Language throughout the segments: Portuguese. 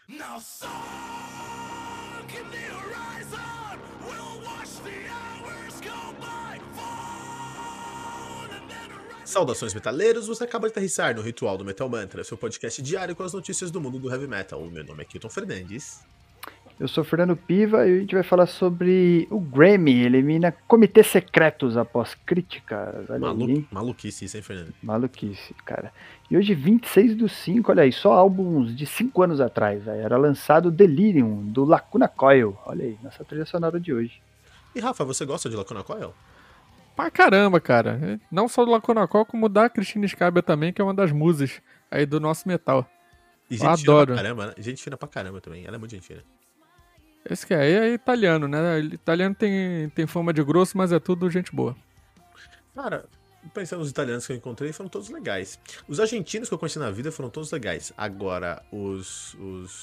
Now sunk in the horizon, we'll watch the hours go by. Fall and then arise. Saudações metaleiros, você acaba de aterrissar no Ritual do Metal Mantra, seu podcast diário com as notícias do mundo do heavy metal. O meu nome é Kilton Fernandes. Eu sou Fernando Piva e a gente vai falar sobre o Grammy, elimina comitês secretos após críticas. Olha aí, hein? Maluquice isso, hein, Fernando? Maluquice, cara. E hoje, 26/5, olha aí, só álbuns de 5 anos atrás. Aí, era lançado Delirium, do Lacuna Coil. Olha aí, nossa trilha sonora de hoje. E Rafa, você gosta de Lacuna Coil? Pra caramba, cara. Não só do Lacuna Coil, como da Cristina Scabbia também, que é uma das musas aí do nosso metal. E Eu gente fina adoro. pra caramba, né? Gente fina pra caramba também, ela é muito gente fina. Esse que é italiano, né? Italiano tem fama de grosso, mas é tudo gente boa. Cara, pensando nos italianos que eu encontrei, foram todos legais. Os argentinos que eu conheci na vida foram todos legais. Agora, os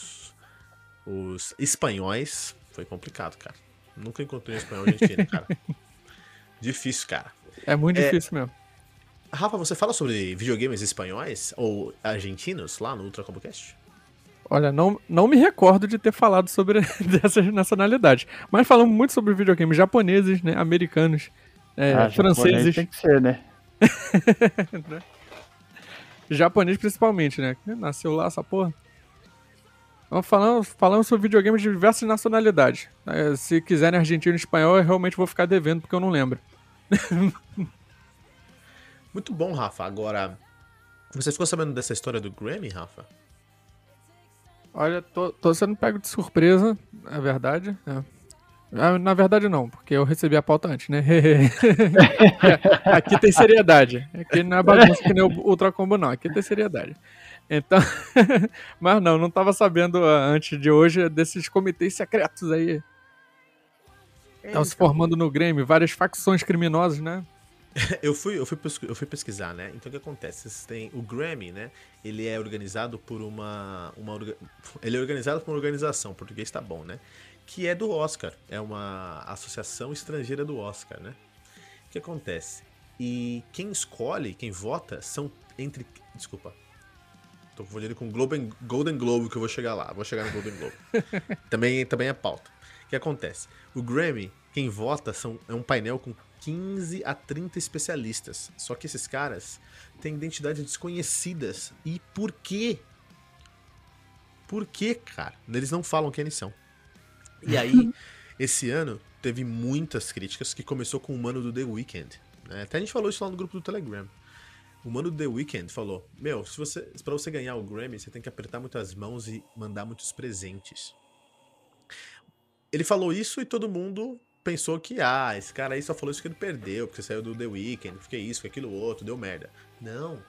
espanhóis, foi complicado, cara. Nunca encontrei um espanhol gente fina, cara. Difícil, cara. É muito difícil mesmo. Rafa, você fala sobre videogames espanhóis ou argentinos lá no Ultra Combo Cast? Olha, não me recordo de ter falado sobre dessas nacionalidades. Mas falamos muito sobre videogames japoneses, né? Americanos, Japonês franceses. tem que ser, né? Japonês principalmente, né? Nasceu lá essa porra. Então, falando sobre videogames de diversas nacionalidades. Se quiserem argentino e espanhol, eu realmente vou ficar devendo, porque eu não lembro. Muito bom, Rafa. Agora, você ficou sabendo dessa história do Grammy, Rafa? Olha, tô sendo pego de surpresa, na verdade. Na verdade não, porque eu recebi a pauta antes, né? Aqui tem seriedade. Aqui não é bagunça que nem o Ultra Combo, não. Aqui tem seriedade. Então, mas não tava sabendo antes de hoje desses comitês secretos aí. Estão se formando no Grêmio, várias facções criminosas, né? Eu fui pesquisar, né? Então o que acontece? Vocês têm o Grammy, né? Ele é organizado por ele é organizado por uma organização, português tá bom, né? Que é do Oscar, é uma associação estrangeira do Oscar, né? O que acontece? E quem escolhe, quem vota, são entre... Desculpa. Tô confundindo com Golden Globe, que eu vou chegar lá. Vou chegar no Golden Globe. também é pauta. O que acontece? O Grammy, quem vota é um painel com 15 a 30 especialistas. Só que esses caras têm identidades desconhecidas. E por quê? Por quê, cara? Eles não falam quem eles são. E aí, esse ano, teve muitas críticas, que começou com o mano do The Weeknd. Né? Até a gente falou isso lá no grupo do Telegram. O mano do The Weeknd falou: Meu, pra você ganhar o Grammy, você tem que apertar muitas mãos e mandar muitos presentes. Ele falou isso e todo mundo pensou que, esse cara aí só falou isso que ele perdeu, porque saiu do The Weeknd, porque isso, que aquilo outro, deu merda. Não.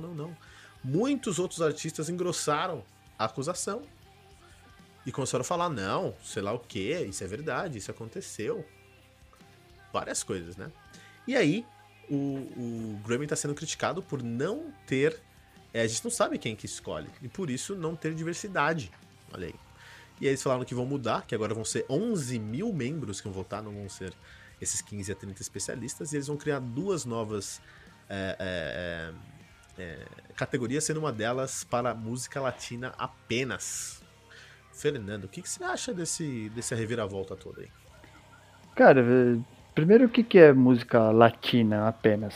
Muitos outros artistas engrossaram a acusação e começaram a falar, não, sei lá o que, isso é verdade, isso aconteceu. Várias coisas, né? E aí, o Grammy tá sendo criticado por não ter... a gente não sabe quem que escolhe, e por isso não ter diversidade. Olha aí. E aí eles falaram que vão mudar, que agora vão ser 11 mil membros que vão votar, não vão ser esses 15 a 30 especialistas, e eles vão criar duas novas categorias, sendo uma delas para música latina apenas. Fernando, o que você acha dessa reviravolta toda aí? Cara, primeiro, o que é música latina apenas?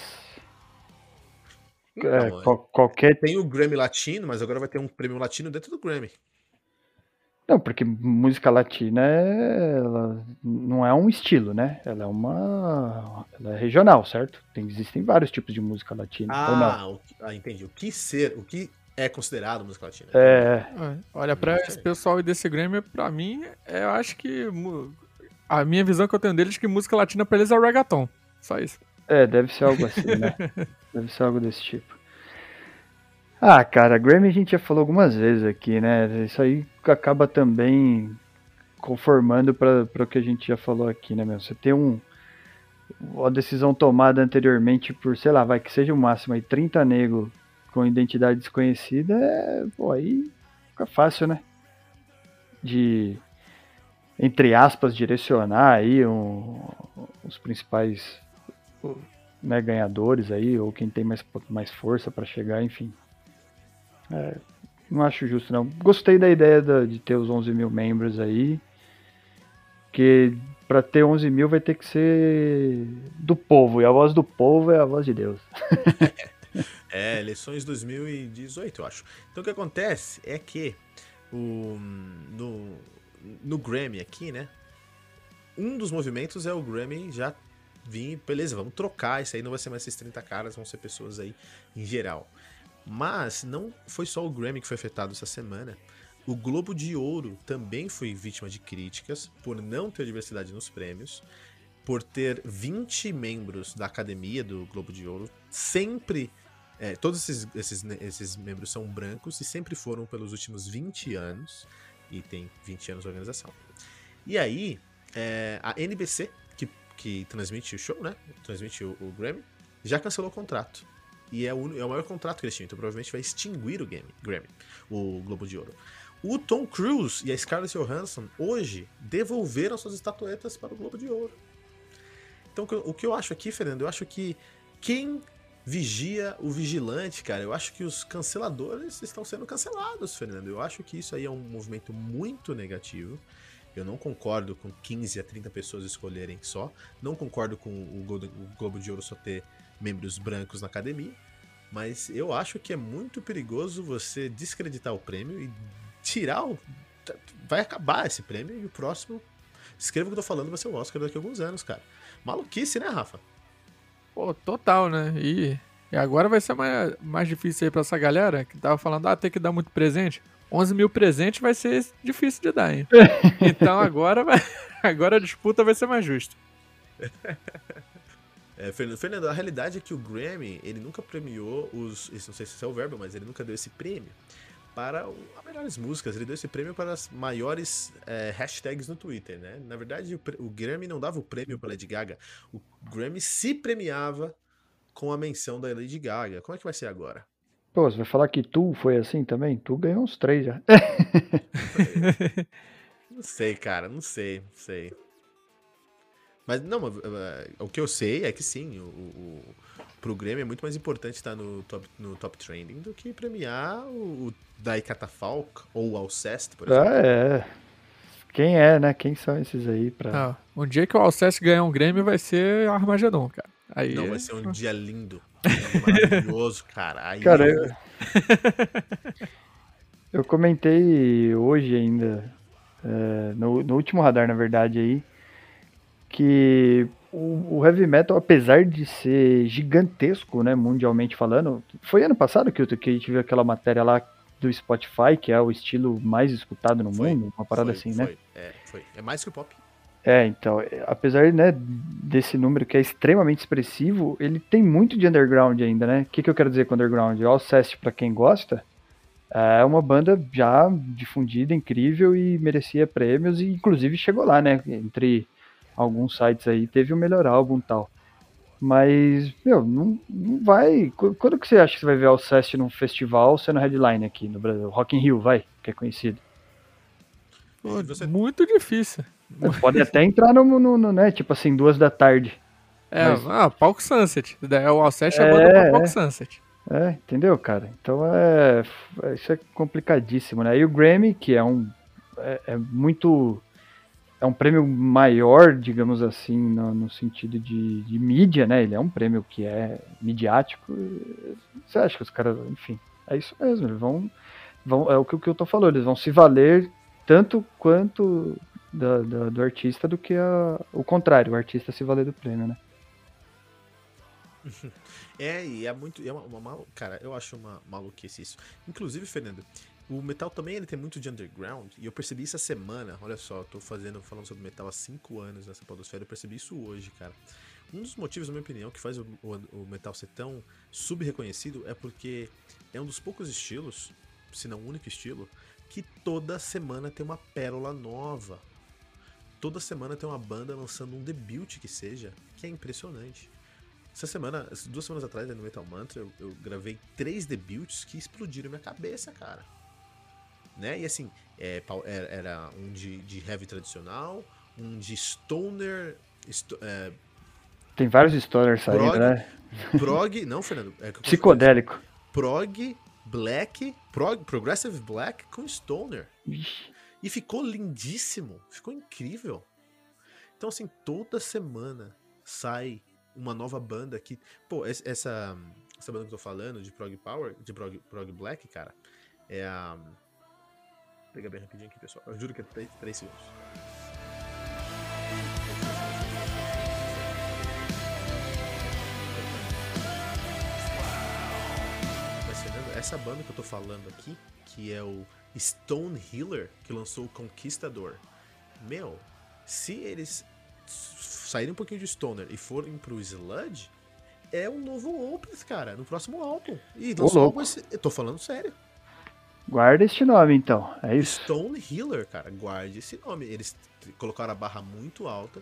Então, Qualquer... Tem o Grammy Latino, mas agora vai ter um prêmio latino dentro do Grammy. Não, porque música latina ela não é um estilo, né? Ela é regional, certo? Existem vários tipos de música latina. ou não? Entendi. O que é considerado música latina? Olha, pra esse pessoal aí desse Grêmio, pra mim, eu acho que a minha visão que eu tenho deles é que música latina pra eles é reggaeton. Só isso. Deve ser algo assim, né? Deve ser algo desse tipo. Cara, Grammy a gente já falou algumas vezes aqui, né? Isso aí acaba também conformando para o que a gente já falou aqui, né, meu? Você tem uma decisão tomada anteriormente por, sei lá, vai que seja o máximo aí, 30 negros com identidade desconhecida, aí fica fácil, né? De, entre aspas, direcionar aí os principais, né, ganhadores aí, ou quem tem mais força para chegar, enfim. Não acho justo, não. Gostei da ideia de ter os 11 mil membros aí. Que pra ter 11 mil vai ter que ser do povo. E a voz do povo é a voz de Deus. Eleições 2018, eu acho. Então o que acontece é que no Grammy aqui, né? Um dos movimentos é o Grammy já vir, beleza, vamos trocar, isso aí não vai ser mais esses 30 caras, vão ser pessoas aí em geral. Mas não foi só o Grammy que foi afetado essa semana. O Globo de Ouro também foi vítima de críticas por não ter diversidade nos prêmios, por ter 20 membros da academia do Globo de Ouro, sempre... todos esses membros são brancos e sempre foram pelos últimos 20 anos, e tem 20 anos de organização. E aí, a NBC, que transmite o show, né? Transmite o Grammy, já cancelou o contrato. E é o maior contrato que eles tinham, então provavelmente vai extinguir o Grammy, o Globo de Ouro. O Tom Cruise e a Scarlett Johansson hoje devolveram suas estatuetas para o Globo de Ouro. Então o que eu acho aqui, Fernando, eu acho que quem vigia o vigilante, cara, eu acho que os canceladores estão sendo cancelados, Fernando. Eu acho que isso aí é um movimento muito negativo. Eu não concordo com 15 a 30 pessoas escolherem só. Não concordo com o Globo de Ouro só ter membros brancos na academia. Mas eu acho que é muito perigoso você descreditar o prêmio e tirar o... Vai acabar esse prêmio e o próximo... Escreva o que eu tô falando, vai ser o Oscar daqui a alguns anos, cara. Maluquice, né, Rafa? Pô, total, né? E agora vai ser mais difícil aí pra essa galera que tava falando, tem que dar muito presente. 11 mil presentes vai ser difícil de dar, hein? Então agora a disputa vai ser mais justa. Fernando, a realidade é que o Grammy, ele nunca premiou os... Não sei se esse é o verbo, mas ele nunca deu esse prêmio para as melhores músicas. Ele deu esse prêmio para as maiores hashtags no Twitter, né? Na verdade, o Grammy não dava o prêmio para Lady Gaga. O Grammy se premiava com a menção da Lady Gaga. Como é que vai ser agora? Pô, você vai falar que Tu foi assim também? Tu ganhou uns 3 já. Não sei, cara, não sei. Mas não, o que eu sei é que sim, pro Grammy é muito mais importante estar no top trending do que premiar o Die Catafalque ou o Alceste, por exemplo. Quem é, né? Quem são esses aí pra... Um dia que o Alceste ganhar um Grammy vai ser Armagedon, cara. Aí não, vai ser um dia lindo. Maravilhoso, cara. Aí cara, eu comentei hoje ainda, no último radar, na verdade, aí, que o heavy metal, apesar de ser gigantesco, né, mundialmente falando, foi ano passado que a gente viu aquela matéria lá do Spotify, que é o estilo mais escutado no mundo, uma parada assim, né? Foi. É mais que o pop. Então, apesar, né, desse número que é extremamente expressivo, ele tem muito de underground ainda, né? O que eu quero dizer com underground? O Alceste, pra quem gosta, é uma banda já difundida, incrível e merecia prêmios, e inclusive chegou lá, né? Entre alguns sites aí, teve o melhor álbum e tal. Mas, não vai... Quando que você acha que você vai ver Alceste num festival sendo headline aqui no Brasil? Rock in Rio, que é conhecido. Pô, muito difícil. Pode até entrar no né, tipo assim, 2 da tarde. Palco Sunset. O Alceste é a banda pra Palco Sunset. Entendeu, cara? Então isso é complicadíssimo, né? E o Grammy, que é muito... É um prêmio maior, digamos assim, no sentido de mídia, né? Ele é um prêmio que é midiático. Você acha que os caras... Enfim, é isso mesmo. Eles vão é o que eu tô falando. Eles vão se valer tanto quanto do artista do que o contrário. O artista se valer do prêmio, né? E é muito... cara, eu acho uma maluquice isso. Inclusive, Fernando... O metal também ele tem muito de underground, e eu percebi isso essa semana. Olha só, eu tô falando sobre metal há 5 anos nessa podosfera, eu percebi isso hoje, cara. Um dos motivos, na minha opinião, que faz o metal ser tão sub-reconhecido é porque é um dos poucos estilos, se não o único estilo, que toda semana tem uma pérola nova. Toda semana tem uma banda lançando um debut que seja, que é impressionante. Essas 2 semanas atrás, no Metal Mantra, eu gravei 3 debuts que explodiram minha cabeça, cara. Né? E assim, era um de heavy tradicional, um de stoner... Tem vários stoners saindo, né? Prog... Não, Fernando. Psicodélico. Prog, Black, Progressive Black com Stoner. Ixi. E ficou lindíssimo, ficou incrível. Então, assim, toda semana sai uma nova banda que... Pô, essa banda que eu tô falando, de Prog Power, de Prog Black, cara, é a... Vou pegar bem rapidinho aqui, pessoal. Eu juro que é 3 segundos. Essa banda que eu tô falando aqui, que é o Stone Healer, que lançou o Conquistador. Meu, se eles saírem um pouquinho de Stoner e forem pro Sludge, é um novo Opeth, cara, no próximo álbum. E lançou algo eu tô falando sério. Guarda este nome, então. É isso. Stone Healer, cara, guarde esse nome. Eles colocaram a barra muito alta.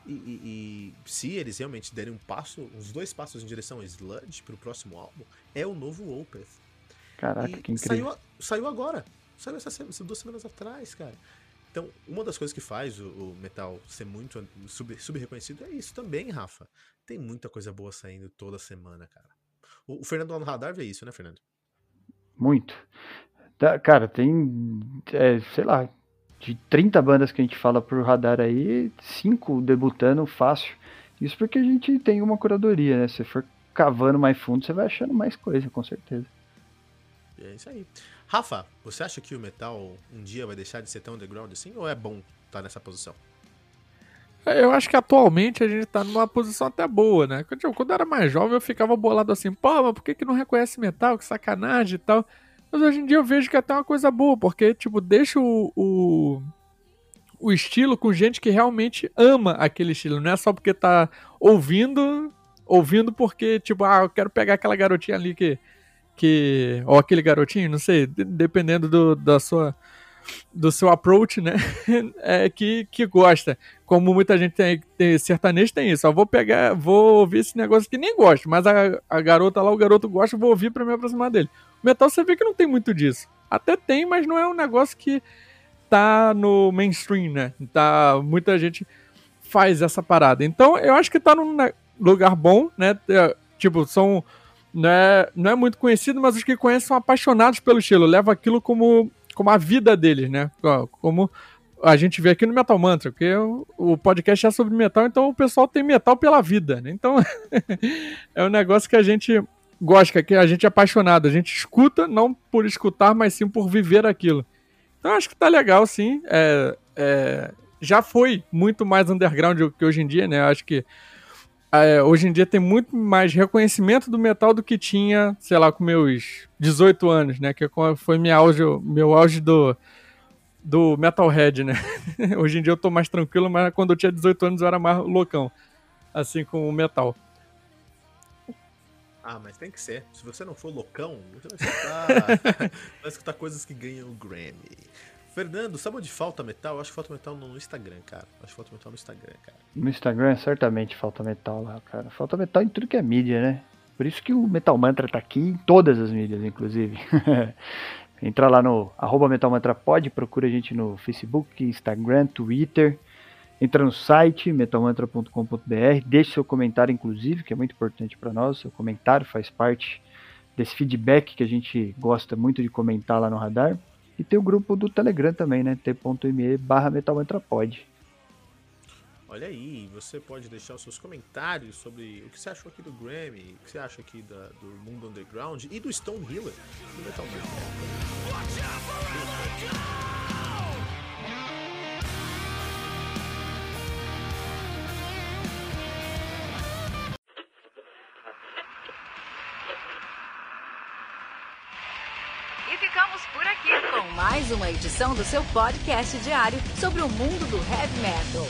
E se eles realmente derem uns 2 passos em direção ao Sludge pro próximo álbum, é o novo Opeth. Caraca, que incrível. Saiu agora. Saiu essas 2 semanas atrás, cara. Então, uma das coisas que faz o metal ser muito sub-reconhecido é isso também, Rafa. Tem muita coisa boa saindo toda semana, cara. O Fernando lá no Radar vê isso, né, Fernando? Muito. Cara, tem, sei lá, de 30 bandas que a gente fala pro Radar aí, 5 debutando fácil. Isso porque a gente tem uma curadoria, né? Se for cavando mais fundo, você vai achando mais coisa, com certeza. É isso aí. Rafa, você acha que o metal um dia vai deixar de ser tão underground assim? Ou é bom estar nessa posição? Eu acho que atualmente a gente tá numa posição até boa, né? Quando eu era mais jovem eu ficava bolado assim, pô, mas por que não reconhece metal? Que sacanagem e tal. Mas hoje em dia eu vejo que é até uma coisa boa, porque, tipo, deixa o estilo com gente que realmente ama aquele estilo. Não é só porque tá ouvindo porque, tipo, eu quero pegar aquela garotinha ali ou aquele garotinho, não sei, dependendo do seu approach, né, que gosta. Como muita gente tem sertanejo, tem isso. Vou ouvir esse negócio que nem gosto, mas a garota lá, o garoto gosta, vou ouvir pra me aproximar dele. O metal você vê que não tem muito disso. Até tem, mas não é um negócio que tá no mainstream, né? Muita gente faz essa parada. Então, eu acho que tá num lugar bom, né? Tipo, não é muito conhecido, mas os que conhecem são apaixonados pelo estilo, levam aquilo como a vida deles, né? Como a gente vê aqui no Metal Mantra, porque o podcast é sobre metal, então o pessoal tem metal pela vida, né? Então, é um negócio que a gente gosta, que a gente é apaixonado, a gente escuta, não por escutar, mas sim por viver aquilo. Então, acho que tá legal, sim. Já foi muito mais underground que hoje em dia, né? Acho que hoje em dia tem muito mais reconhecimento do metal do que tinha, sei lá, com meus 18 anos, né? Que foi meu auge do Metalhead, né? Hoje em dia eu tô mais tranquilo, mas quando eu tinha 18 anos eu era mais loucão, assim, com o metal. Mas tem que ser. Se você não for loucão, você vai escutar coisas que ganham o Grammy. Fernando, sabe onde falta metal? Eu acho que falta metal no Instagram, cara. No Instagram, certamente falta metal lá, cara. Falta metal em tudo que é mídia, né? Por isso que o Metal Mantra tá aqui em todas as mídias, inclusive. Entra lá no @metalmantrapod, procura a gente no Facebook, Instagram, Twitter. Entra no site metalmantra.com.br, deixe seu comentário, inclusive, que é muito importante para nós. Seu comentário faz parte desse feedback que a gente gosta muito de comentar lá no Radar. E tem o grupo do Telegram também, né? t.me/metalmantrapod. Olha aí, você pode deixar os seus comentários sobre o que você achou aqui do Grammy, o que você acha aqui do mundo underground e do Stone Healer do Metal Mantra. E ficamos por aqui com mais uma edição do seu podcast diário sobre o mundo do heavy metal.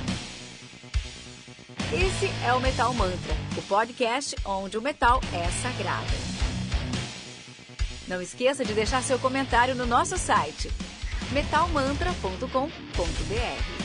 Esse é o Metal Mantra, o podcast onde o metal é sagrado. Não esqueça de deixar seu comentário no nosso site metalmantra.com.br.